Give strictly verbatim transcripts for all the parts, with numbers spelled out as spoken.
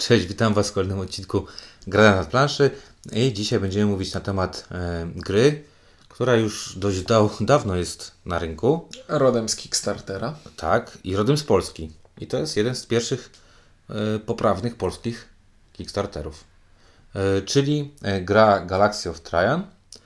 Cześć, witam Was w kolejnym odcinku Gra na planszy i dzisiaj będziemy mówić na temat e, gry, która już dość da- dawno jest na rynku. Rodem z Kickstartera. Tak, i rodem z Polski. I to jest jeden z pierwszych e, poprawnych polskich Kickstarterów. E, czyli e, gra Galaxy of Traian,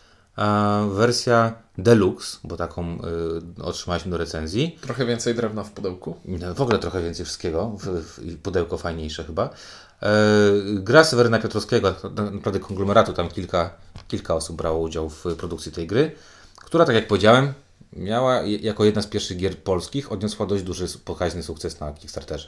a wersja Deluxe, bo taką y, otrzymaliśmy do recenzji. Trochę więcej drewna w pudełku. W ogóle trochę więcej wszystkiego. W, w, pudełko fajniejsze chyba. E, gra Seweryna Piotrowskiego, naprawdę konglomeratu, tam kilka, kilka osób brało udział w produkcji tej gry, która, tak jak powiedziałem, miała jako jedna z pierwszych gier polskich, odniosła dość duży, pokaźny sukces na Kickstarterze.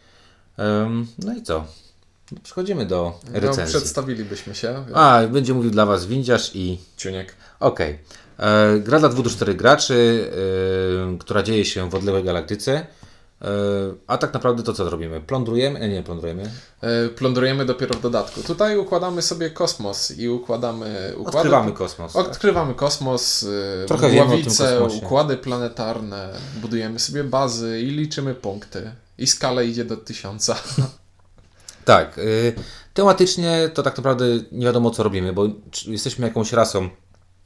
E, no i co? Przechodzimy do recenzji. No, przedstawilibyśmy się. A, będzie mówił dla Was Windziarz i Ciuniek. Okej. Okay. Gra dla dwóch do czterech graczy, e, która dzieje się w odległej galaktyce. E, a tak naprawdę to co robimy? Plądrujemy? Nie, nie plądrujemy. E, plądrujemy dopiero w dodatku. Tutaj układamy sobie kosmos i układamy... Układy, Odkrywamy kosmos. Odkrywamy tak. kosmos, e, Trochę gławice, układy planetarne, budujemy sobie bazy i liczymy punkty. I skala idzie do tysiąca. Tak. Y, tematycznie to tak naprawdę nie wiadomo co robimy, bo jesteśmy jakąś rasą, y,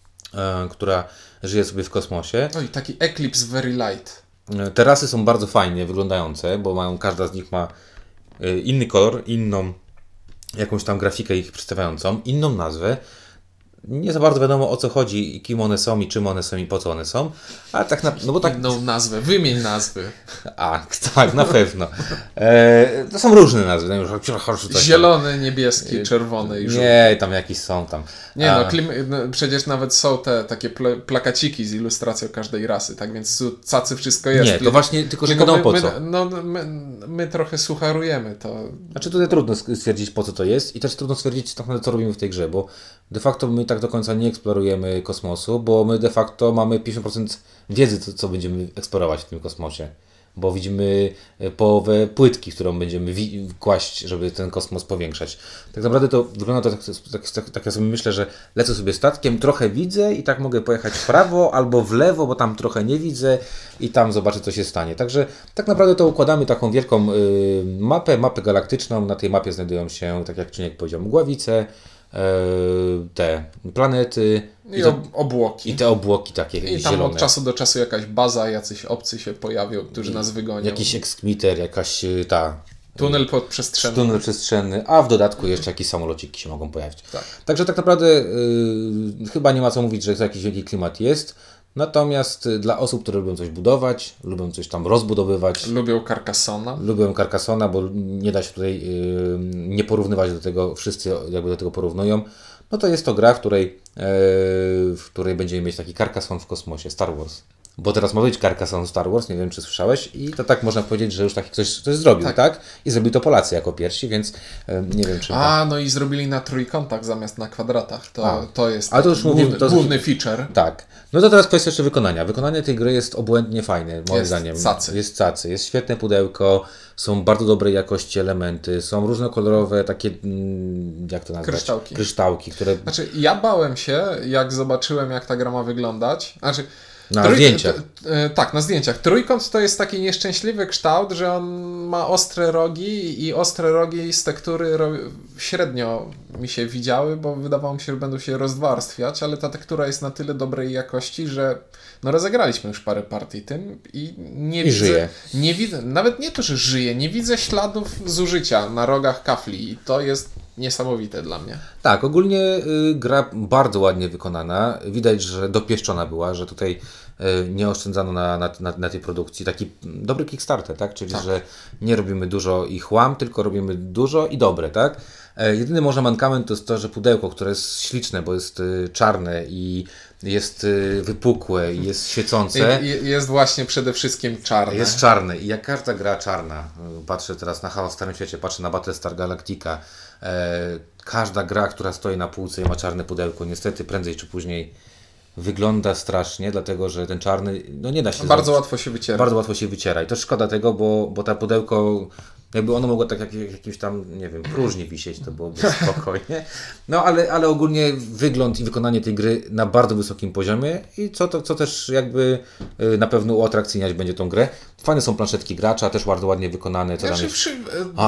która żyje sobie w kosmosie. Oj, taki Eclipse Very Light. Y, te rasy są bardzo fajnie wyglądające, bo mają, każda z nich ma y, inny kolor, inną jakąś tam grafikę ich przedstawiającą, inną nazwę. Nie za bardzo wiadomo o co chodzi i kim one są i czym one są i po co one są, ale tak na, no bo tak... Inną nazwę, wymień nazwy. A, tak, na pewno. E, to są różne nazwy. No już, zielony, niebieski, czerwony i żółty. Nie, tam jakieś są tam. Nie no, klim, no, przecież nawet są te takie ple, plakaciki z ilustracją każdej rasy, tak więc cacy wszystko jest. Nie, to właśnie, tylko że nie wiadomo po co. My, no, my, my trochę sucharujemy to. Znaczy tutaj trudno stwierdzić po co to jest i też trudno stwierdzić tak naprawdę co robimy w tej grze, bo de facto my tak do końca nie eksplorujemy kosmosu, bo my de facto mamy pięćdziesiąt procent wiedzy, co, co będziemy eksplorować w tym kosmosie. Bo widzimy połowę płytki, którą będziemy wi- kłaść, żeby ten kosmos powiększać. Tak naprawdę to wygląda to tak, tak, tak, tak ja sobie myślę, że lecę sobie statkiem, trochę widzę i tak mogę pojechać w prawo albo w lewo, bo tam trochę nie widzę i tam zobaczę, co się stanie. Także tak naprawdę to układamy taką wielką y, mapę, mapę galaktyczną. Na tej mapie znajdują się, tak jak Czyniek powiedział, mgławice, y, te planety, I ob- obłoki. I te obłoki takie I tam zielone. Od czasu do czasu jakaś baza, jacyś obcy się pojawią, którzy nas wygonią. Jakiś ekskmiter, jakaś ta... Tunel podprzestrzenny. Tunel przestrzenny, a w dodatku jeszcze jakieś samolociki się mogą pojawić. Tak. Także tak naprawdę yy, chyba nie ma co mówić, że jakiś wielki klimat jest. Natomiast dla osób, które lubią coś budować, lubią coś tam rozbudowywać. Lubią Carcassona. Lubią Carcassona, bo nie da się tutaj yy, nie porównywać do tego, wszyscy jakby do tego porównują. No to jest to gra, w której, yy, w której będziemy mieć taki Carcassonne w kosmosie, Star Wars. Bo teraz ma być Carcassonne Star Wars, nie wiem czy słyszałeś, i to tak można powiedzieć, że już taki ktoś coś zrobił, tak? tak? I zrobili to Polacy jako pierwsi, więc yy, nie wiem czy... A, no i zrobili na trójkątach zamiast na kwadratach. To, A, to jest ale to już główny, mówimy, to główny feature. Tak. No to teraz kwestia jeszcze wykonania. Wykonanie tej gry jest obłędnie fajne, moim jest zdaniem. Cacy. Jest cacy. Jest świetne pudełko, są bardzo dobrej jakości elementy, są różnokolorowe takie, jak to nazwać? Kryształki. Kryształki, które... Znaczy, ja bałem się, jak zobaczyłem, jak ta gra ma wyglądać. Znaczy, Na trój... zdjęciach. T- t- tak, na zdjęciach. Trójkąt to jest taki nieszczęśliwy kształt, że on ma ostre rogi i ostre rogi z tektury ro... średnio mi się widziały, bo wydawało mi się, że będą się rozwarstwiać, ale ta tektura jest na tyle dobrej jakości, że no rozegraliśmy już parę partii tym i nie I widzę... żyje. Nie widzę, nawet nie to, że żyje, nie widzę śladów zużycia na rogach kafli i to jest niesamowite dla mnie. Tak, ogólnie y, gra bardzo ładnie wykonana. Widać, że dopieszczona była, że tutaj y, nie oszczędzano na, na, na, na tej produkcji. Taki dobry Kickstarter, tak? Czyli, tak. że nie robimy dużo i chłam, tylko robimy dużo i dobre, tak? E, jedyny może mankament to jest to, że pudełko, które jest śliczne, bo jest y, czarne i jest y, wypukłe i jest świecące. I, jest właśnie przede wszystkim czarne. Jest czarne i jak każda gra czarna, patrzę teraz na Chaos w Starym Świecie, patrzę na Battlestar Galactica, e, każda gra, która stoi na półce i ma czarne pudełko, niestety prędzej czy później wygląda strasznie, dlatego że ten czarny, no nie da się Bardzo zrobić. łatwo się wyciera. Bardzo łatwo się wyciera i to szkoda tego, bo, bo to pudełko, jakby ono mogło tak jak jakimś tam, nie wiem, próżni wisieć, to byłoby spokojnie. No ale, ale ogólnie wygląd i wykonanie tej gry na bardzo wysokim poziomie i co, to, co też jakby na pewno uatrakcyjniać będzie tą grę. Fajne są planszetki gracza, też bardzo ładnie wykonane. Co Znaczy, tam jest? przy... A,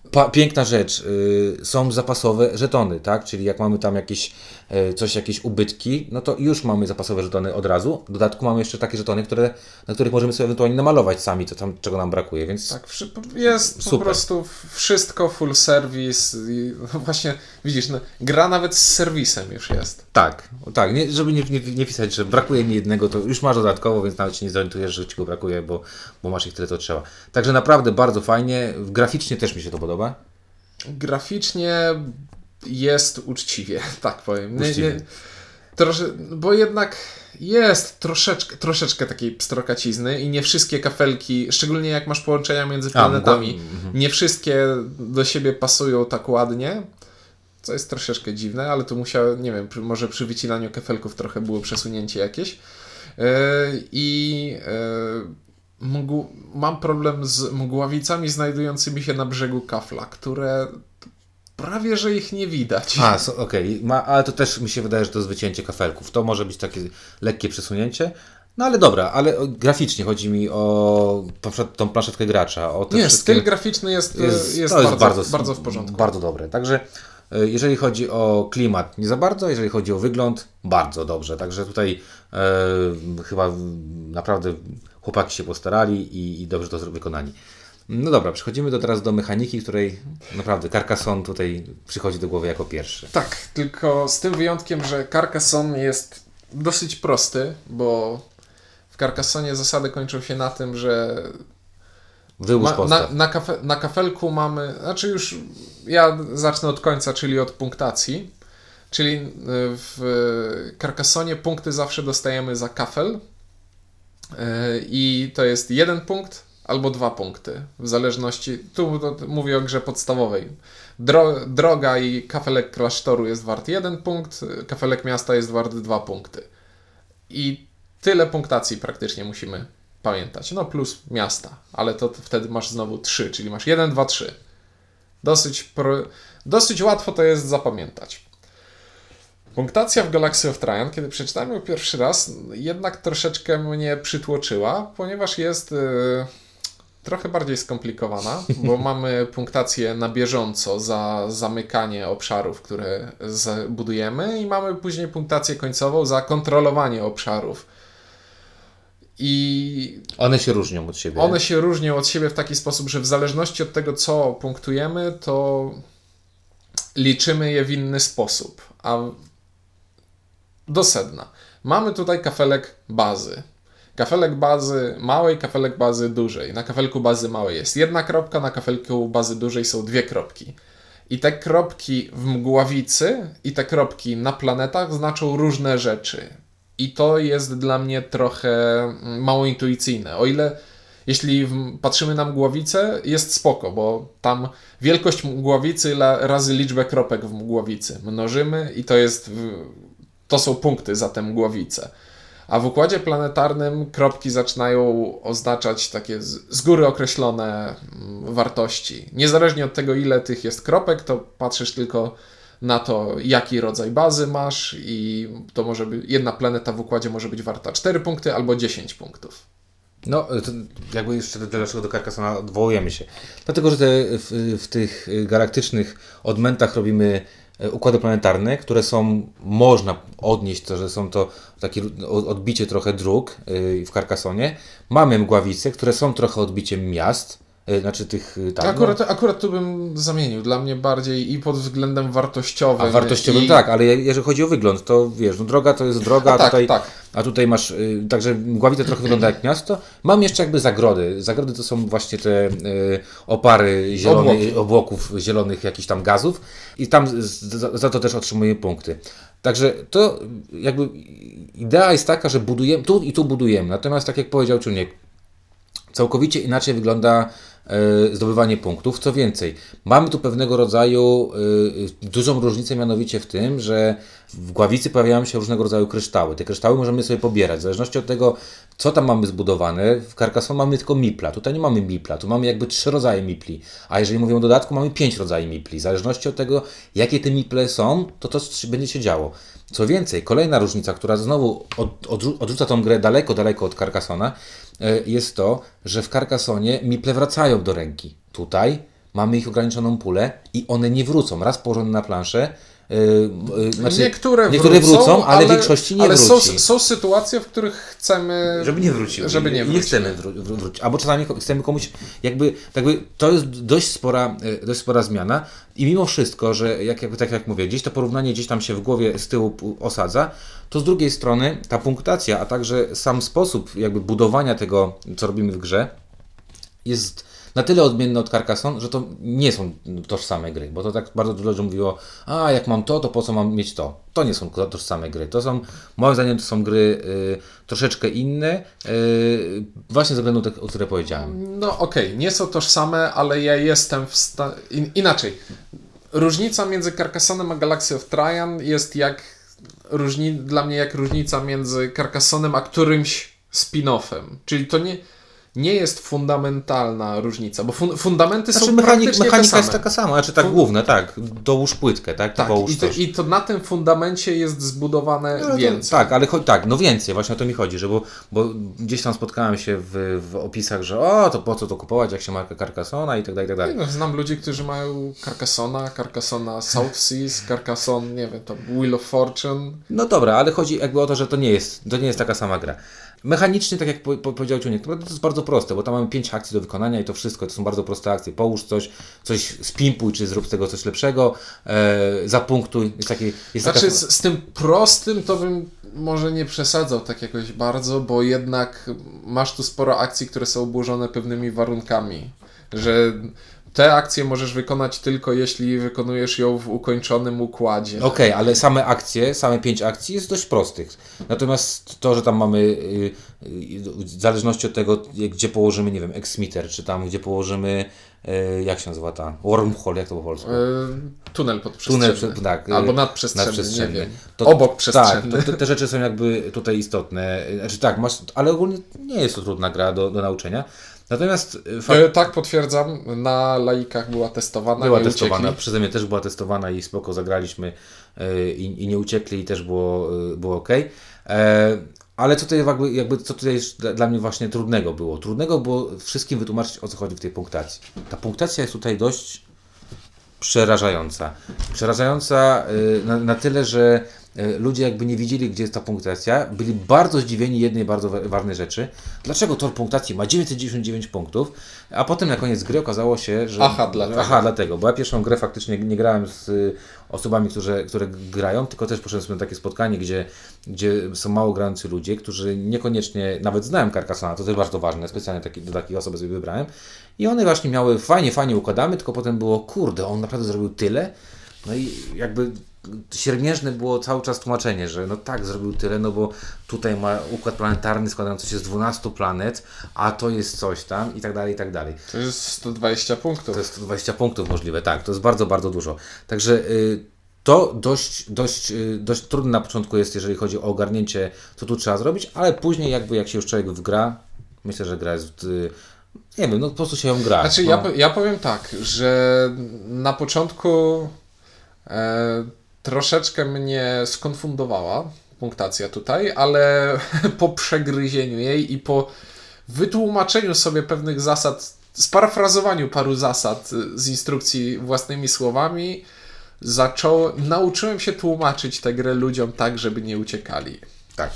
Pa, piękna rzecz, y, są zapasowe żetony, tak? Czyli jak mamy tam jakieś y, coś, jakieś ubytki, no to już mamy zapasowe żetony od razu. W dodatku mamy jeszcze takie żetony, które, na których możemy sobie ewentualnie namalować sami, co tam, czego nam brakuje, więc Tak, jest po super. prostu wszystko full service i no właśnie widzisz, no, gra nawet z serwisem już jest. Tak, tak, nie, żeby nie, nie, nie pisać, że brakuje mi jednego, to już masz dodatkowo, więc nawet się nie zorientujesz, że ci go brakuje, bo, bo masz ich tyle, co trzeba. Także naprawdę bardzo fajnie, graficznie też mi się to podoba. Graficznie jest uczciwie, tak powiem. Nie, Uczciwie. nie, trosze, bo jednak jest troszeczkę, troszeczkę takiej pstrokacizny i nie wszystkie kafelki, szczególnie jak masz połączenia między planetami, mgła- mhm. nie wszystkie do siebie pasują tak ładnie, co jest troszeczkę dziwne, ale to musiało, nie wiem, przy, może przy wycinaniu kafelków trochę było przesunięcie jakieś. Yy, I yy, mgł, mam problem z mgławicami znajdującymi się na brzegu kafla, które prawie, że ich nie widać. A, so, okej, Ma- ale to też mi się wydaje, że to jest wycięcie kafelków. To może być takie lekkie przesunięcie. No ale dobra, ale o- graficznie chodzi mi o na przykład tą planszetkę gracza. O te Nie, wszystkie- styl graficzny jest, jest, jest, to bardzo, bardzo, bardzo w porządku. Bardzo dobre. Także e, jeżeli chodzi o klimat, nie za bardzo, jeżeli chodzi o wygląd, bardzo dobrze. Także tutaj e, chyba naprawdę chłopaki się postarali i, i dobrze to zro- wykonani. No dobra, przechodzimy do, teraz do mechaniki, której naprawdę Carcassonne tutaj przychodzi do głowy jako pierwszy. Tak, tylko z tym wyjątkiem, że Carcassonne jest dosyć prosty, bo w Carcassonne zasady kończą się na tym, że Wyłóż ma, na, postaw. na, kafe, na kafelku mamy, znaczy już ja zacznę od końca, czyli od punktacji, czyli w Carcassonne punkty zawsze dostajemy za kafel i to jest jeden punkt albo dwa punkty, w zależności, tu to, to mówię o grze podstawowej. Dro, droga i kafelek klasztoru jest wart jeden punkt, kafelek miasta jest wart dwa punkty. I tyle punktacji praktycznie musimy pamiętać. No plus miasta, ale to wtedy masz znowu trzy, czyli masz jeden, dwa, trzy. Dosyć, pro, dosyć łatwo to jest zapamiętać. Punktacja w Galaxy of Traian, kiedy przeczytałem ją pierwszy raz, jednak troszeczkę mnie przytłoczyła, ponieważ jest yy, trochę bardziej skomplikowana, bo mamy punktację na bieżąco za zamykanie obszarów, które budujemy i mamy później punktację końcową za kontrolowanie obszarów. I One się różnią od siebie. one się różnią od siebie w taki sposób, że w zależności od tego, co punktujemy, to liczymy je w inny sposób. A do sedna. Mamy tutaj kafelek bazy. Kafelek bazy małej, kafelek bazy dużej. Na kafelku bazy małej jest jedna kropka, na kafelku bazy dużej są dwie kropki. I te kropki w mgławicy i te kropki na planetach znaczą różne rzeczy. I to jest dla mnie trochę mało intuicyjne. O ile jeśli w, patrzymy na mgławicę, jest spoko, bo tam wielkość mgławicy la, razy liczbę kropek w mgławicy mnożymy i to jest to są punkty za tę mgławicę. A w układzie planetarnym kropki zaczynają oznaczać takie z, z góry określone wartości. Niezależnie od tego, ile tych jest kropek, to patrzysz tylko na to, jaki rodzaj bazy masz i to może być, jedna planeta w układzie może być warta cztery punkty albo dziesięć punktów. No, to jakby jeszcze dlaczego do Carcassonne odwołujemy się. Dlatego, że te, w, w tych galaktycznych odmętach robimy układy planetarne, które są, można odnieść to, że są to takie odbicie trochę dróg w Carcassonne. Mamy mgławice, które są trochę odbiciem miast, znaczy tych... Tak, akurat, no. akurat tu bym zamienił, dla mnie bardziej i pod względem wartościowym. A wartościowym i... tak, ale jeżeli chodzi o wygląd, to wiesz, no droga to jest droga, a, tak, tutaj, tak. a tutaj masz, y, także mgławica trochę wygląda jak miasto. Mam jeszcze jakby zagrody. Zagrody to są właśnie te y, opary zielonych, Obłoki. obłoków zielonych jakichś tam gazów i tam z, za, za to też otrzymuje punkty. Także to jakby idea jest taka, że budujemy, tu i tu budujemy, natomiast tak jak powiedział Czuniek, całkowicie inaczej wygląda y, zdobywanie punktów. Co więcej, mamy tu pewnego rodzaju y, dużą różnicę mianowicie w tym, że w Mgławicy pojawiają się różnego rodzaju kryształy. Te kryształy możemy sobie pobierać. W zależności od tego, co tam mamy zbudowane, w Carcassonne mamy tylko mipla. Tutaj nie mamy mipla. Tu mamy jakby trzy rodzaje mipli. A jeżeli mówimy o dodatku, mamy pięć rodzajów mipli. W zależności od tego, jakie te miple są, to to będzie się działo. Co więcej, kolejna różnica, która znowu od, odrzu- odrzuca tą grę daleko, daleko od Carcassonne'a, jest to, że w Carcassonne miple wracają do ręki. Tutaj mamy ich ograniczoną pulę i one nie wrócą. Raz położone na planszę, Yy, yy, znaczy, niektóre, niektóre wrócą, wrócą, ale, ale w większości nie ale wróci. Są, są sytuacje, w których chcemy... Żeby nie wrócił. Żeby nie, nie wrócił. chcemy wró- wró- wrócić. Albo czasami chcemy komuś, jakby, jakby to jest dość spora, dość spora zmiana i mimo wszystko, że jak, jak, tak jak mówię, gdzieś to porównanie gdzieś tam się w głowie z tyłu osadza, to z drugiej strony ta punktacja, a także sam sposób jakby budowania tego, co robimy w grze, jest na tyle odmienny od Carcassonne, że to nie są tożsame gry, bo to tak bardzo dużo ludzi mówiło, a jak mam to, to po co mam mieć to? To nie są tożsame gry, to są, moim zdaniem to są gry y, troszeczkę inne, y, właśnie ze względu na te, o które powiedziałem. No okej, okay, nie są tożsame, ale ja jestem w stanie... In, inaczej, różnica między Carcassonem a Galaxy of Traian jest jak różni... dla mnie jak różnica między Carcassonem a którymś spin-offem, czyli to nie... Nie jest fundamentalna różnica, bo fun- fundamenty Znaczy, są mechanik, praktycznie mechanika te same. jest taka sama, znaczy tak Fun- główne, tak, dołóż płytkę, tak, Tak, połóż i to, coś. i to na tym fundamencie jest zbudowane No, to, więcej. tak, ale cho- tak, no więcej, właśnie o to mi chodzi, że bo, bo gdzieś tam spotkałem się w, w opisach, że o, to po co to kupować, jak się ma Carcassona i tak dalej, i tak dalej. No, znam ludzi, którzy mają Carcassona, Carcassona South Seas, Carcassonne, nie wiem, to Wheel of Fortune. No dobra, ale chodzi jakby o to, że to nie jest, to nie jest taka sama gra. Mechanicznie, tak jak po, po, powiedział Ciunek, to jest bardzo proste, bo tam mamy pięć akcji do wykonania i to wszystko, to są bardzo proste akcje. Połóż coś, coś spimpuj, czy zrób z tego coś lepszego, e, zapunktuj. Jest taki, jest Znaczy taka... z, z tym prostym to bym może nie przesadzał tak jakoś bardzo, bo jednak masz tu sporo akcji, które są obłożone pewnymi warunkami, że te akcje możesz wykonać tylko jeśli wykonujesz ją w ukończonym układzie. Okej, okay, ale same akcje, same pięć akcji jest dość prostych. Natomiast to, że tam mamy y, y, w zależności od tego, gdzie położymy, nie wiem, Exmitter, czy tam gdzie położymy, y, jak się nazywa ta? Wormhole, jak to po polsku? Yy, tunel podprzestrzenny. Tunel, tak, albo nadprzestrzenny, nadprzestrzenny. nie wiem. To, Obok przestrzenny. Tak, to, te, te rzeczy są jakby tutaj istotne. Znaczy tak, masz, ale ogólnie nie jest to trudna gra do, do nauczenia. Natomiast fakt... e, tak, potwierdzam, na laikach była testowana. Była nie testowana, uciekli. przeze mnie też była testowana i spoko zagraliśmy yy, i, i nie uciekli i też było, yy, było ok. E, ale co tutaj, jakby, jakby, co tutaj dla, dla mnie właśnie trudnego było? Trudnego było wszystkim wytłumaczyć, o co chodzi w tej punktacji. Ta punktacja jest tutaj dość przerażająca. Przerażająca yy, na, na tyle, że ludzie jakby nie widzieli, gdzie jest ta punktacja, byli bardzo zdziwieni jednej bardzo ważnej rzeczy. Dlaczego tor punktacji ma dziewięćset dziewięćdziesiąt dziewięć punktów, a potem na koniec gry okazało się, że... Aha, dlatego. Aha, dlatego. Bo ja pierwszą grę faktycznie nie grałem z osobami, które, które grają, tylko też poszedłem sobie na takie spotkanie, gdzie, gdzie są mało grający ludzie, którzy niekoniecznie nawet znają Carcassona, to też bardzo ważne, specjalnie taki, do takich osób sobie wybrałem. I one właśnie miały fajnie, fajnie układamy, tylko potem było, kurde, on naprawdę zrobił tyle. No i jakby siermiężne było cały czas tłumaczenie, że no tak, zrobił tyle, no bo tutaj ma układ planetarny składający się z dwunastu planet, a to jest coś tam i tak dalej, i tak dalej. To jest sto dwadzieścia punktów. To jest sto dwadzieścia punktów możliwe, tak, to jest bardzo, bardzo dużo. Także y, to dość, dość, y, dość trudne na początku jest, jeżeli chodzi o ogarnięcie, co tu trzeba zrobić, ale później jakby jak się już człowiek wgra, myślę, że gra jest... Y, nie wiem, no po prostu się ją gra. Znaczy no. ja, ja powiem tak, że na początku e, troszeczkę mnie skonfundowała punktacja tutaj, ale po przegryzieniu jej i po wytłumaczeniu sobie pewnych zasad, sparafrazowaniu paru zasad z instrukcji własnymi słowami, zaczął, nauczyłem się tłumaczyć tę grę ludziom tak, żeby nie uciekali. Tak.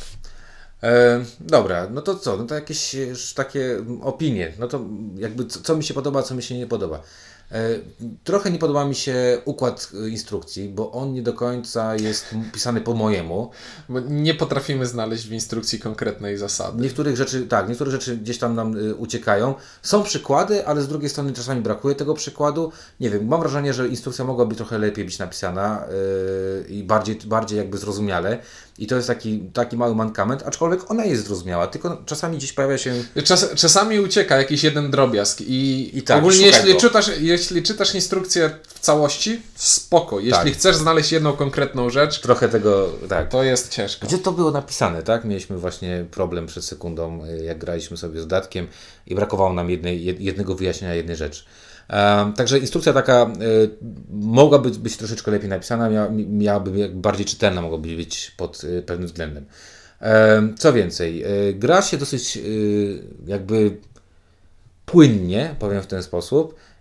E, dobra, no to co? No to jakieś już takie opinie. No to jakby co, co mi się podoba, co mi się nie podoba. E, trochę nie podoba mi się układ instrukcji, bo on nie do końca jest pisany po mojemu. Bo nie potrafimy znaleźć w instrukcji konkretnej zasady. Niektórych rzeczy, tak, niektóre rzeczy gdzieś tam nam y, uciekają. Są przykłady, ale z drugiej strony czasami brakuje tego przykładu. Nie wiem, mam wrażenie, że instrukcja mogłaby trochę lepiej być napisana yy, i bardziej, bardziej jakby zrozumiale. I to jest taki, taki mały mankament, aczkolwiek ona jest zrozumiała, tylko czasami gdzieś pojawia się... Czas, czasami ucieka jakiś jeden drobiazg i, I tak, ogólnie jeśli go. czytasz, jeśli czytasz instrukcję w całości, spoko. Jeśli Tak. chcesz znaleźć jedną konkretną rzecz, Trochę tego, tak. to jest ciężko. Gdzie to było napisane, tak? Mieliśmy właśnie problem przed sekundą, jak graliśmy sobie z dodatkiem i brakowało nam jednej, jednego wyjaśnienia jednej rzeczy. Um, także instrukcja taka y, mogłaby być, być troszeczkę lepiej napisana, mia, miałaby bardziej czytelna, mogłaby być pod y, pewnym względem. Um, co więcej, y, gra się dosyć y, jakby płynnie, powiem w ten sposób.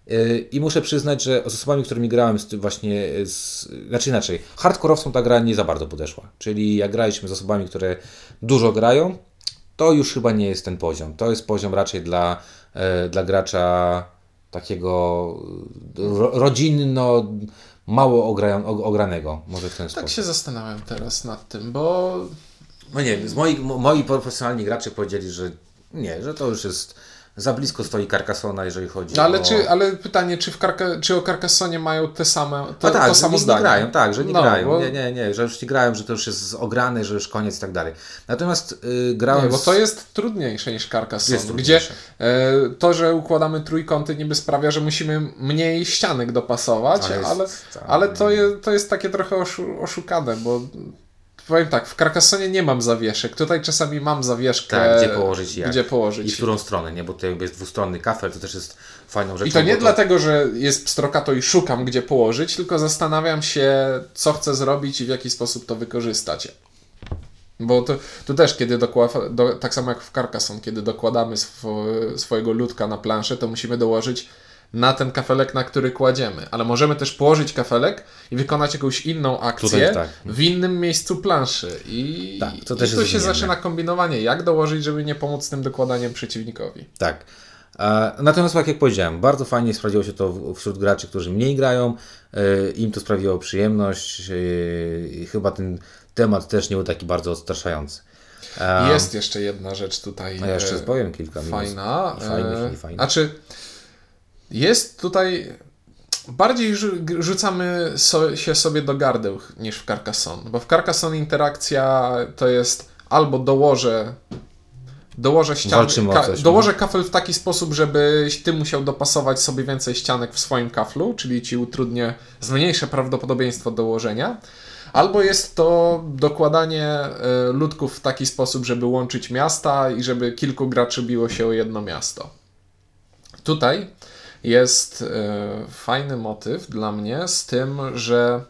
I muszę przyznać, że z osobami, którymi grałem z, właśnie, z, znaczy inaczej, hardkorowcom ta gra nie za bardzo podeszła. Czyli jak graliśmy z osobami, które dużo grają, to już chyba nie jest ten poziom. To jest poziom raczej dla, e, dla gracza takiego ro, rodzinno, mało ogra, ogranego, może w ten Tak sposób. się zastanawiam teraz nad tym, bo... No nie wiem, z moi, moi profesjonalni gracze powiedzieli, że nie, że to już jest... Za blisko stoi Carcassona, jeżeli chodzi no, ale o... Czy, ale pytanie, czy, w Carca- czy o Carcassonie mają te same te, A tak, to że samo nie, zdanie? nie grają, tak, że nie no, grają. Bo... Nie, nie, nie, że już nie grają, że to już jest ograne, że już koniec i tak dalej. Natomiast yy, grałem... Nie, bo z... to jest trudniejsze niż Carcassonne, Jest gdzie trudniejsze. e, to, że układamy trójkąty niby sprawia, że musimy mniej ścianek dopasować, Ale ale, jest- ale, tak. ale to, je, to jest takie trochę oszu- oszukane, bo powiem tak, w Carcassonie nie mam zawieszek, tutaj czasami mam zawieszkę, Tak, gdzie położyć i jak. gdzie położyć. I w którą stronę, nie? Bo to jakby jest dwustronny kafel, to też jest fajną rzeczą. I to nie bo dlatego, że jest pstrokato i szukam, gdzie położyć, tylko zastanawiam się, co chcę zrobić i w jaki sposób to wykorzystać. Bo to, tu też, kiedy dokłada, do, tak samo jak w Carcassonne, kiedy dokładamy swo, swojego ludka na planszę, to musimy dołożyć na ten kafelek, na który kładziemy. Ale możemy też położyć kafelek i wykonać jakąś inną akcję Tutaj tak. w innym miejscu planszy. I, Tak, to i też tu jest się odmienne. zaczyna kombinowanie, jak dołożyć, żeby nie pomóc tym dokładaniem przeciwnikowi. Tak. E, Natomiast tak jak powiedziałem, bardzo fajnie sprawdziło się to w- wśród graczy, którzy mniej grają. E, Im to sprawiło przyjemność. e, I chyba ten temat też nie był taki bardzo odstraszający. E, Jest jeszcze jedna rzecz tutaj. A ja jeszcze e, powiem kilka minut. Fajna. I fajnych, e, i niefajnych. Znaczy, jest tutaj. Bardziej rzu- rzucamy so, się sobie do gardeł niż w Carcassonne, bo w Carcassonne interakcja to jest albo dołożę dołożę ścianę, Walczymy o ka, coś, dołożę kafel w taki sposób, żebyś ty musiał dopasować sobie więcej ścianek w swoim kaflu, czyli ci utrudnię, zmniejszę prawdopodobieństwo dołożenia. Albo jest to dokładanie e, ludków w taki sposób, żeby łączyć miasta i żeby kilku graczy biło się o jedno miasto. Tutaj jest e, fajny motyw dla mnie z tym, że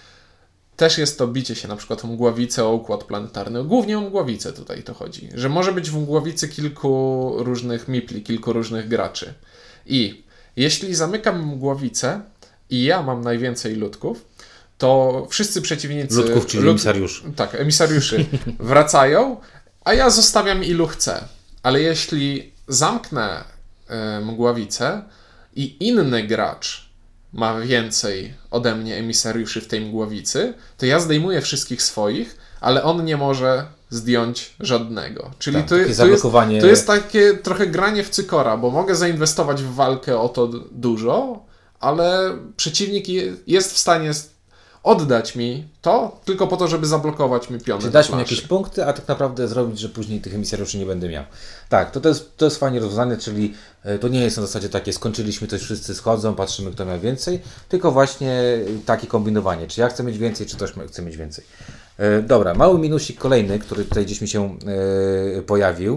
też jest to bicie się na przykład o mgławicę, o układ planetarny. Głównie o mgławicę tutaj to chodzi. Że może być w mgławicy kilku różnych mipli, kilku różnych graczy. I jeśli zamykam mgławicę i ja mam najwięcej ludków, to wszyscy przeciwnicy... Ludków, czyli emisariuszy. Tak, emisariuszy wracają, a ja zostawiam ilu chcę. Ale jeśli zamknę e, mgławicę i inny gracz ma więcej ode mnie emisariuszy w tej mgławicy, to ja zdejmuję wszystkich swoich, ale on nie może zdjąć żadnego. Czyli Tak, to, takie to, jest, zablokowanie- to jest takie trochę granie w cykora, bo mogę zainwestować w walkę o to dużo, ale przeciwnik je, jest w stanie oddać mi to tylko po to, żeby zablokować mi piony. Czy na dać mi planszy. jakieś punkty, a tak naprawdę zrobić, że później tych emisariuszy nie będę miał. Tak, to, to, jest, to jest fajnie rozwiązane, czyli e, to nie jest na zasadzie takie skończyliśmy, to wszyscy schodzą, patrzymy kto miał więcej, tylko właśnie takie kombinowanie, czy ja chcę mieć więcej, czy ktoś chce mieć więcej. E, Dobra, mały minusik kolejny, który tutaj gdzieś mi się e, pojawił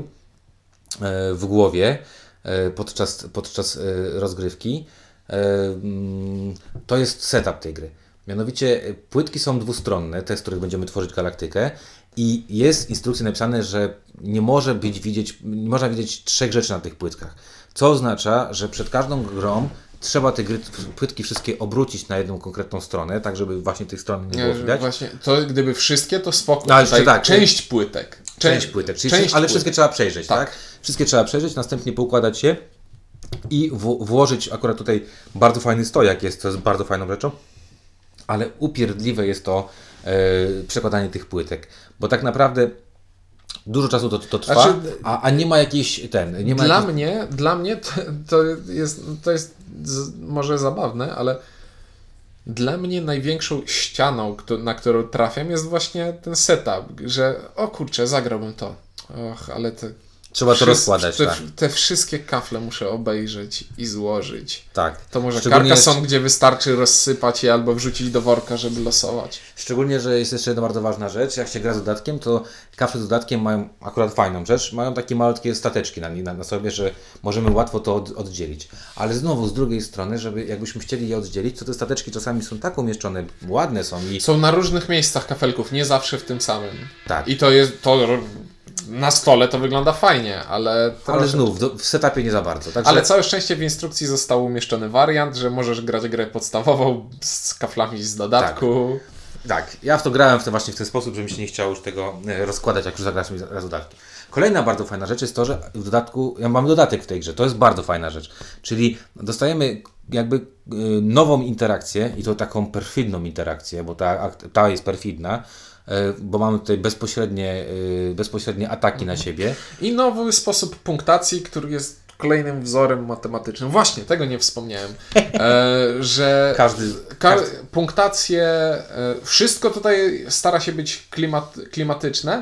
e, w głowie e, podczas, podczas e, rozgrywki, e, mm, to jest setup tej gry. Mianowicie płytki są dwustronne, te, z których będziemy tworzyć galaktykę i jest instrukcja napisane, że nie może być widzieć, nie można widzieć trzech rzeczy na tych płytkach. Co oznacza, że przed każdą grą trzeba te gry, płytki wszystkie obrócić na jedną konkretną stronę, tak żeby właśnie tych stron nie było Nie, widać. Właśnie, to gdyby wszystkie, to spoko. No, ale Tutaj jeszcze tak, część płytek. Część płytek, czyli część ale płytek. wszystkie trzeba przejrzeć, tak. Tak. Wszystkie trzeba przejrzeć, następnie poukładać się i w, włożyć, akurat tutaj bardzo fajny stojak jest, to jest bardzo fajną rzeczą, ale upierdliwe jest to e, przekładanie tych płytek, bo tak naprawdę dużo czasu to, to trwa, Znaczy, a, a nie ma jakiejś ten, nie ma Dla jakiejś... mnie, dla mnie to, to jest, to jest z, może zabawne, ale dla mnie największą ścianą, kto, na którą trafiam, jest właśnie ten setup, że o kurczę, zagrałbym to. Och, ale te Trzeba to Wszys- rozkładać, te, tak. te wszystkie kafle muszę obejrzeć i złożyć. Tak. To może Szczególnie Carcassonne, jest- gdzie wystarczy rozsypać je albo wrzucić do worka, żeby losować. Szczególnie, że jest jeszcze jedna bardzo ważna rzecz, jak się gra z dodatkiem, to kafle z dodatkiem mają akurat fajną rzecz, mają takie malutkie stateczki na, na, na sobie, że możemy łatwo to od, oddzielić. Ale znowu z drugiej strony, żeby jakbyśmy chcieli je oddzielić, to te stateczki czasami są tak umieszczone, ładne są i Są na różnych miejscach kafelków, nie zawsze w tym samym. tak. I to jest, to na stole to wygląda fajnie, ale... Ale trochę... znów, do, w setupie nie za bardzo. Także... Ale całe szczęście w instrukcji został umieszczony wariant, że możesz grać grę podstawową z kaflami z dodatku. Tak. tak, ja w to grałem w ten, właśnie w ten sposób, że mi się nie chciało już tego rozkładać, jak już zagraliśmy raz dodatki. Kolejna bardzo fajna rzecz jest to, że w dodatku, ja mam dodatek w tej grze, to jest bardzo fajna rzecz, czyli dostajemy jakby nową interakcję i to taką perfidną interakcję, bo ta, ta jest perfidna, bo mamy tutaj bezpośrednie, bezpośrednie ataki na siebie. I nowy sposób punktacji, który jest kolejnym wzorem matematycznym. Właśnie, tego nie wspomniałem. E, że każdy, ka- każdy... punktacje, e, wszystko tutaj stara się być klimat, klimatyczne,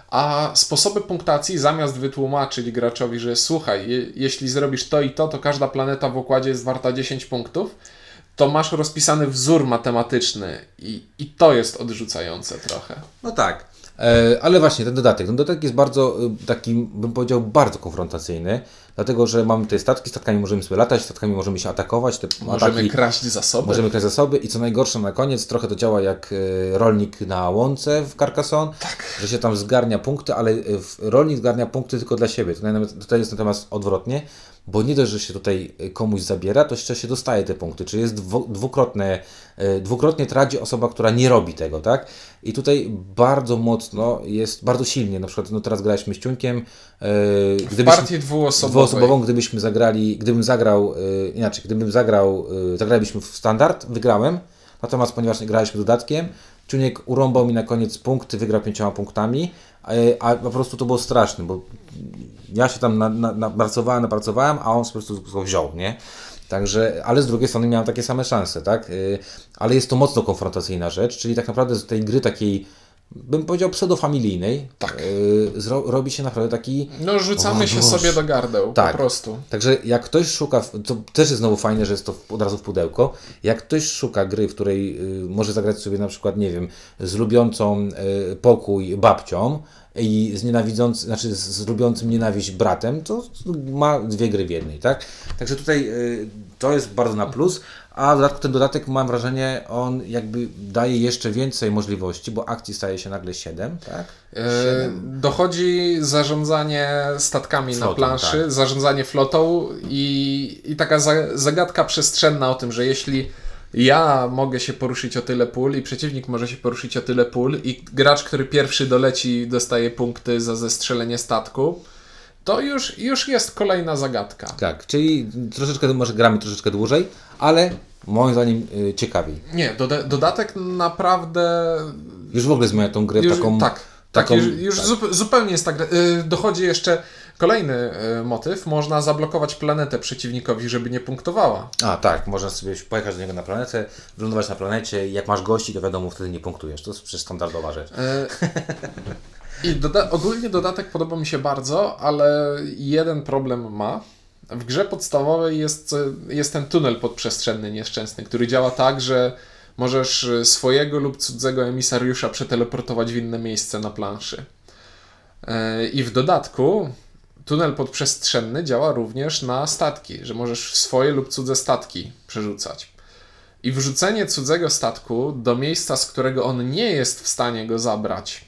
a sposoby punktacji zamiast wytłumaczyć graczowi, że słuchaj, je, jeśli zrobisz to i to, to każda planeta w układzie jest warta dziesięć punktów, to masz rozpisany wzór matematyczny i, i to jest odrzucające trochę. No tak, e, ale właśnie ten dodatek, ten dodatek jest bardzo taki, bym powiedział, bardzo konfrontacyjny, dlatego, że mamy te statki, statkami możemy sobie latać, statkami możemy się atakować. Te możemy ataki, kraść zasoby. Możemy kraść zasoby i co najgorsze na koniec, trochę to działa jak e, rolnik na łące w Carcassonne, tak. że się tam zgarnia punkty, ale rolnik zgarnia punkty tylko dla siebie. Tutaj, nawet, tutaj jest natomiast odwrotnie, bo nie dość, że się tutaj komuś zabiera, to jeszcze się dostaje te punkty, czyli jest dwu, dwukrotne, dwukrotnie traci osoba, która nie robi tego, tak? I tutaj bardzo mocno jest, bardzo silnie, na przykład no teraz graliśmy z Ciuńkiem, yy, w partii dwuosobowej. dwuosobową, gdybyśmy zagrali, gdybym zagrał, yy, inaczej, gdybym zagrał, yy, zagralibyśmy w standard, wygrałem, natomiast ponieważ nie graliśmy dodatkiem, Ciuniek urąbał mi na koniec punkty, wygrał pięcioma punktami, a po prostu to było straszne, bo ja się tam na, na, napracowałem, napracowałem, a on po prostu go wziął, nie? Także, ale z drugiej strony miałem takie same szanse, tak? Yy, ale jest to mocno konfrontacyjna rzecz, czyli tak naprawdę z tej gry takiej, bym powiedział, pseudofamilijnej, tak. yy, zro, robi się naprawdę taki... No rzucamy się sobie do gardeł, tak. po prostu. Także jak ktoś szuka, to też jest znowu fajne, że jest to od razu w pudełko, jak ktoś szuka gry, w której yy, może zagrać sobie na przykład, nie wiem, z lubiącą yy, pokój babcią, i z nienawidzącym, znaczy z lubiącym nienawiść bratem, to ma dwie gry w jednej, tak? Także tutaj y, to jest bardzo na plus, a w dodatku ten dodatek, mam wrażenie, on jakby daje jeszcze więcej możliwości, bo akcji staje się nagle siedem, tak? siedem. Dochodzi zarządzanie statkami flotą, na planszy, tak. Zarządzanie flotą i, i taka za, zagadka przestrzenna o tym, że jeśli ja mogę się poruszyć o tyle pól i przeciwnik może się poruszyć o tyle pól i gracz, który pierwszy doleci, dostaje punkty za zestrzelenie statku, to już, już jest kolejna zagadka. Tak, czyli troszeczkę, może gramy troszeczkę dłużej, ale moim zdaniem yy, ciekawiej. Nie, doda- dodatek naprawdę... Już w ogóle zmienia tą grę już, taką... Tak, taką, tak, już, już tak. Zu- zupełnie jest tak. Yy, dochodzi jeszcze kolejny yy, motyw. Można zablokować planetę przeciwnikowi, żeby nie punktowała. A tak, można sobie pojechać do niego na planetę, wylądować na planecie i jak masz gości, to wiadomo, wtedy nie punktujesz. To jest przecież standardowa rzecz. Yy, I doda- ogólnie dodatek podoba mi się bardzo, ale jeden problem ma. W grze podstawowej jest, jest ten tunel podprzestrzenny nieszczęsny, który działa tak, że możesz swojego lub cudzego emisariusza przeteleportować w inne miejsce na planszy. I w dodatku tunel podprzestrzenny działa również na statki, że możesz swoje lub cudze statki przerzucać. I wrzucenie cudzego statku do miejsca, z którego on nie jest w stanie go zabrać,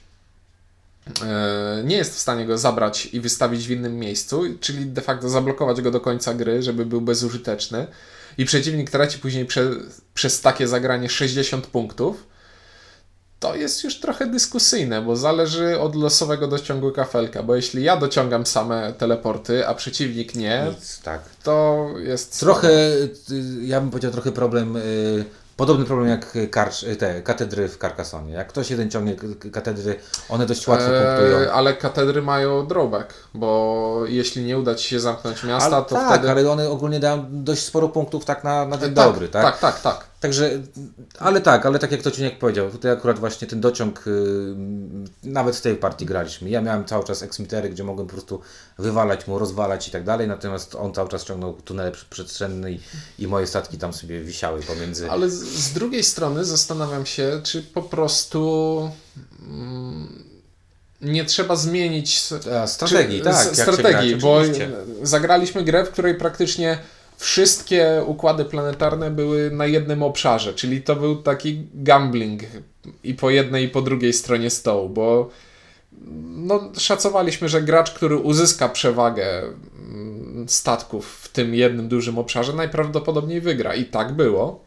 nie jest w stanie go zabrać i wystawić w innym miejscu, czyli de facto zablokować go do końca gry, żeby był bezużyteczny, i przeciwnik traci później prze, przez takie zagranie sześćdziesiąt punktów, to jest już trochę dyskusyjne, bo zależy od losowego dociągu kafelka, bo jeśli ja dociągam same teleporty, a przeciwnik nie, Nic, tak. to jest... Trochę, ja bym powiedział, trochę problem... Yy... Podobny problem jak karcz, te katedry w Carcassonne. Jak ktoś jeden ciągnie katedry, one dość łatwo punktują. Eee, ale katedry mają drawback, bo jeśli nie uda Ci się zamknąć miasta, ale to tak, wtedy... ale one ogólnie dają dość sporo punktów tak na, na dzień tak, dobry, tak? Tak, tak, tak. Także, ale tak, ale tak jak to Ciuniek powiedział, tutaj akurat właśnie ten dociąg, yy, nawet w tej partii graliśmy. Ja miałem cały czas eksmitery, gdzie mogłem po prostu wywalać mu, rozwalać i tak dalej, natomiast on cały czas ciągnął tunele przestrzenne i, i moje statki tam sobie wisiały pomiędzy... Ale z, z drugiej strony zastanawiam się, czy po prostu... Mm, nie trzeba zmienić A, strategii, czy, tak, strategii, grać, bo oczywiście. zagraliśmy grę, w której praktycznie wszystkie układy planetarne były na jednym obszarze, czyli to był taki gambling i po jednej i po drugiej stronie stołu, bo no, szacowaliśmy, że gracz, który uzyska przewagę statków w tym jednym dużym obszarze, najprawdopodobniej wygra. I tak było.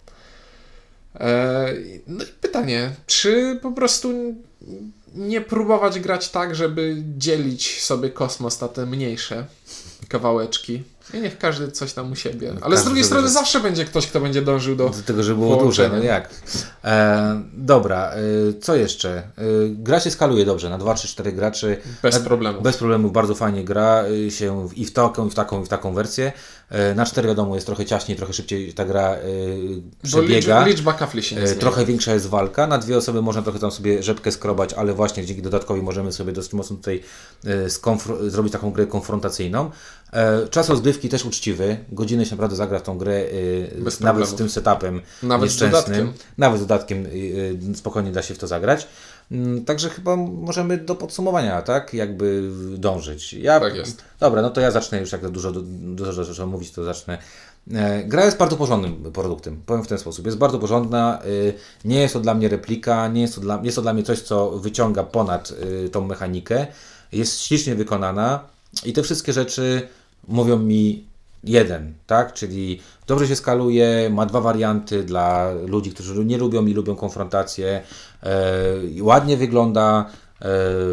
No i pytanie, czy po prostu nie próbować grać tak, żeby dzielić sobie kosmos na te mniejsze kawałeczki i niech każdy coś tam u siebie. Ale Każdy z drugiej strony że... zawsze będzie ktoś, kto będzie dążył do, do tego, żeby było duże. No jak? E, dobra, e, co jeszcze? E, gra się skaluje dobrze, na dwa, trzy, cztery graczy. Bez na, problemu. Bez problemu, bardzo fajnie gra się i w taką, i w taką, i w taką wersję. E, na cztery wiadomo jest trochę ciaśniej, trochę szybciej ta gra e, przebiega. Bo liczba kafli się nie e, zmienia. Trochę większa jest walka. Na dwie osoby można trochę tam sobie rzepkę skrobać, ale właśnie dzięki dodatkowi możemy sobie dosyć mocno tutaj e, skonfr- zrobić taką grę konfrontacyjną. E, czas rozgrywki też uczciwy. Godzinę się naprawdę zagra w tą grę, e, nawet z tym setupem nawet nieszczęsnym. Z dodatkiem. Nawet z dodatkiem e, spokojnie da się w to zagrać. Także chyba możemy do podsumowania, tak? Jakby dążyć. Ja, tak jest. Dobra, no to ja zacznę już, jak dużo, dużo rzeczy mówić, to zacznę. Gra jest bardzo porządnym produktem, powiem w ten sposób. Jest bardzo porządna, nie jest to dla mnie replika, nie jest to dla, jest to dla mnie coś, co wyciąga ponad tą mechanikę. Jest ślicznie wykonana i te wszystkie rzeczy mówią mi jeden, tak? Czyli dobrze się skaluje, ma dwa warianty dla ludzi, którzy nie lubią i lubią konfrontację, e, ładnie wygląda, e,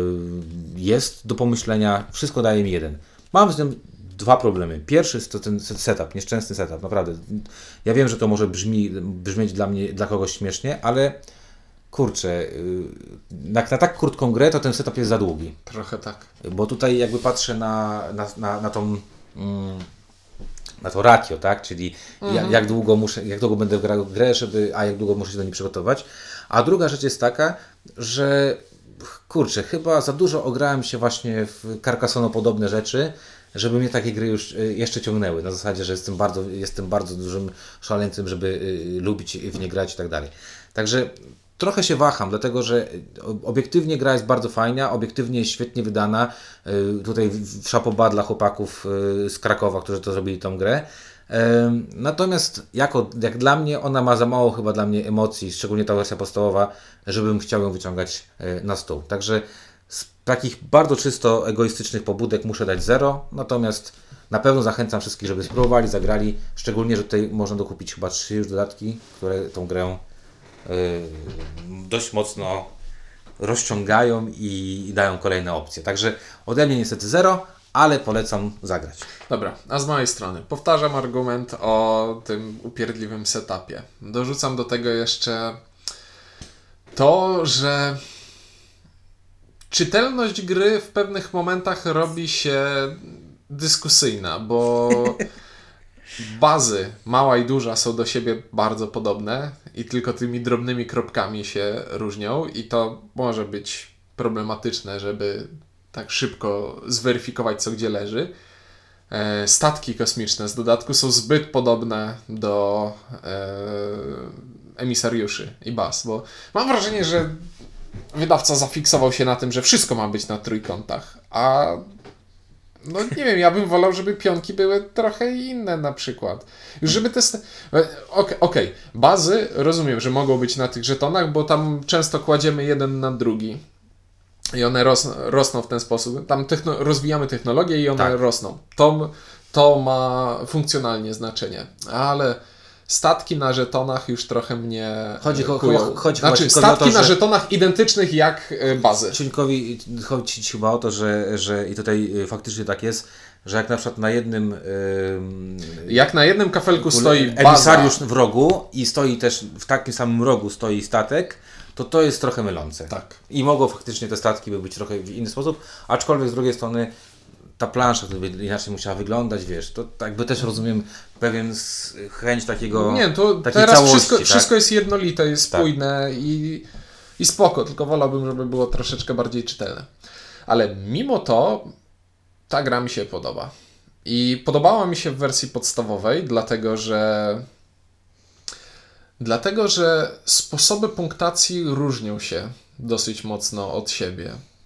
jest do pomyślenia, wszystko daje mi jeden. Mam z tym dwa problemy. Pierwszy to ten setup, nieszczęsny setup, naprawdę. Ja wiem, że to może brzmi, brzmieć dla mnie, dla kogoś śmiesznie, ale kurczę, jak na tak krótką grę, to ten setup jest za długi. Trochę tak. Bo tutaj jakby patrzę na, na, na, na tą... Mm, na to ratio, tak? Czyli mhm. jak, jak długo muszę, jak długo będę grał w grę, żeby, a jak długo muszę się do niej przygotować. A druga rzecz jest taka, że kurczę, chyba za dużo ograłem się właśnie w Carcassonne-podobne rzeczy, żeby mnie takie gry już jeszcze ciągnęły. Na zasadzie, że jestem bardzo, jestem bardzo dużym szaleńcem, żeby lubić w nie grać i tak dalej. Także trochę się waham, dlatego że obiektywnie gra jest bardzo fajna, obiektywnie jest świetnie wydana. Tutaj w szapoba dla chłopaków z Krakowa, którzy to zrobili tą grę. Natomiast jako, jak dla mnie ona ma za mało chyba dla mnie emocji, szczególnie ta wersja podstawowa, żebym chciał ją wyciągać na stół. Także z takich bardzo czysto egoistycznych pobudek muszę dać zero, natomiast na pewno zachęcam wszystkich, żeby spróbowali, zagrali, szczególnie, że tutaj można dokupić chyba trzy już dodatki, które tą grę dość mocno rozciągają i dają kolejne opcje. Także ode mnie niestety zero, ale polecam zagrać. Dobra, a z mojej strony powtarzam argument o tym upierdliwym setupie. Dorzucam do tego jeszcze to, że czytelność gry w pewnych momentach robi się dyskusyjna, bo bazy, mała i duża, są do siebie bardzo podobne i tylko tymi drobnymi kropkami się różnią i to może być problematyczne, żeby tak szybko zweryfikować, co gdzie leży. E, statki kosmiczne z dodatku są zbyt podobne do e, emisariuszy i baz, bo mam wrażenie, że wydawca zafiksował się na tym, że wszystko ma być na trójkątach, a no nie wiem, ja bym wolał, żeby pionki były trochę inne na przykład. Już żeby te... St- Okej, okay. Bazy rozumiem, że mogą być na tych żetonach, bo tam często kładziemy jeden na drugi i one ros- rosną w ten sposób. Tam techno- rozwijamy technologię i one tak. rosną. To, to ma funkcjonalnie znaczenie, ale statki na żetonach już trochę mnie chodzi, cho- kują. chodzi Znaczy statki to, na że... żetonach identycznych jak bazy. Ciuńkowi chodzi chyba o to, że, że i tutaj faktycznie tak jest, że jak na przykład na jednym yy, jak na jednym kafelku stoi baza, emisariusz w rogu i stoi też w takim samym rogu stoi statek, to to jest trochę mylące. Tak. I mogą faktycznie te statki by być trochę w inny sposób, aczkolwiek z drugiej strony ta plansza to by inaczej musiała wyglądać, wiesz, to tak by też rozumiem pewien chęć takiego nie, to takiej teraz całości, wszystko, tak? wszystko jest jednolite, jest tak. spójne i, i spoko, tylko wolałbym, żeby było troszeczkę bardziej czytelne. Ale mimo to ta gra mi się podoba. I podobała mi się w wersji podstawowej, dlatego że dlatego, że sposoby punktacji różnią się dosyć mocno od siebie.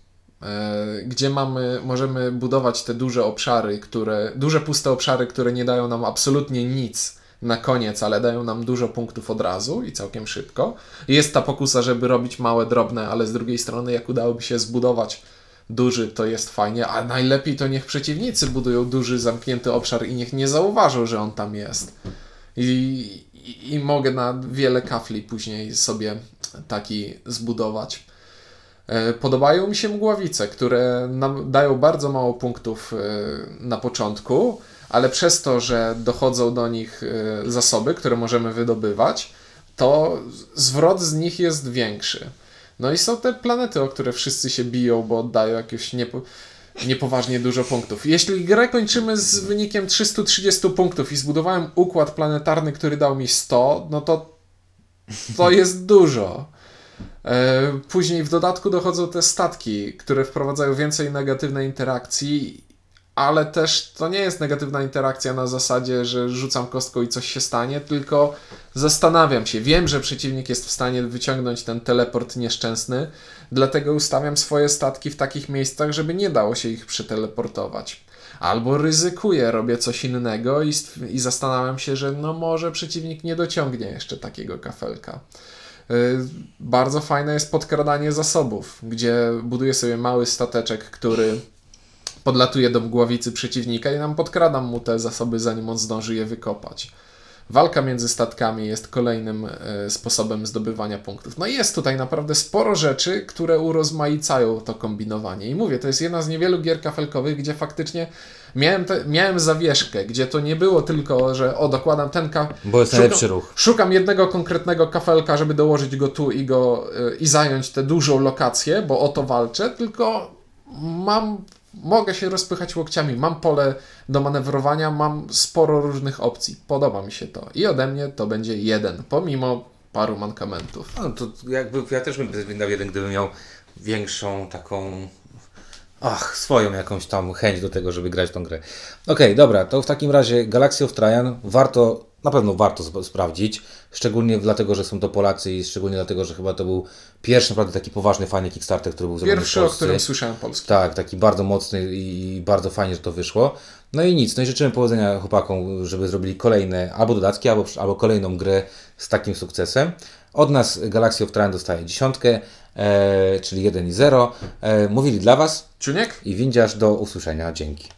Gdzie mamy, możemy budować te duże obszary, które, duże puste obszary, które nie dają nam absolutnie nic na koniec, ale dają nam dużo punktów od razu i całkiem szybko. Jest ta pokusa, żeby robić małe, drobne, ale z drugiej strony jak udałoby się zbudować duży, to jest fajnie, a najlepiej to niech przeciwnicy budują duży, zamknięty obszar i niech nie zauważą, że on tam jest. I, i, i mogę na wiele kafli później sobie taki zbudować. Podobają mi się mgławice, które nam dają bardzo mało punktów na początku, ale przez to, że dochodzą do nich zasoby, które możemy wydobywać, to zwrot z nich jest większy. No i są te planety, o które wszyscy się biją, bo oddają jakieś niepo, niepoważnie dużo punktów. Jeśli grę kończymy z wynikiem trzysta trzydzieści punktów i zbudowałem układ planetarny, który dał mi sto, no to to jest dużo. Później w dodatku dochodzą te statki, które wprowadzają więcej negatywnej interakcji, ale też to nie jest negatywna interakcja na zasadzie, że rzucam kostką i coś się stanie, tylko zastanawiam się. Wiem, że przeciwnik jest w stanie wyciągnąć ten teleport nieszczęsny, dlatego ustawiam swoje statki w takich miejscach, żeby nie dało się ich przeteleportować. Albo ryzykuję, robię coś innego i, i zastanawiam się, że no może przeciwnik nie dociągnie jeszcze takiego kafelka. Bardzo fajne jest podkradanie zasobów, gdzie buduję sobie mały stateczek, który podlatuje do mgławicy przeciwnika i nam podkradam mu te zasoby, zanim on zdąży je wykopać. Walka między statkami jest kolejnym sposobem zdobywania punktów. No i jest tutaj naprawdę sporo rzeczy, które urozmaicają to kombinowanie. I mówię, to jest jedna z niewielu gier kafelkowych, gdzie faktycznie miałem, te, miałem zawieszkę, gdzie to nie było tylko, że o, dokładam ten kafelek. Bo jest najlepszy ruch. Szukam jednego konkretnego kafelka, żeby dołożyć go tu i go i zająć tę dużą lokację, bo o to walczę, tylko mam... Mogę się rozpychać łokciami, mam pole do manewrowania, mam sporo różnych opcji. Podoba mi się to. I ode mnie to będzie jeden, pomimo paru mankamentów. No to jakby ja też bym wybrał jeden, gdybym miał większą taką... Ach, swoją jakąś tam chęć do tego, żeby grać w tą grę. Okej, okay, dobra, to w takim razie Galaxy of Traian warto, na pewno warto sp- sprawdzić, szczególnie dlatego, że są to Polacy i szczególnie dlatego, że chyba to był pierwszy naprawdę taki poważny, fajny Kickstarter, który był zrobiony w Polsce. Pierwszy, o którym słyszałem polski. Tak, taki bardzo mocny i bardzo fajnie, że to wyszło. No i nic, no i życzymy powodzenia chłopakom, żeby zrobili kolejne albo dodatki, albo, albo kolejną grę z takim sukcesem. Od nas Galaxy of Traian dostaje dziesiątkę, e, czyli jeden i zero. E, mówili dla Was Czuniek i Windziarz. Do usłyszenia. Dzięki.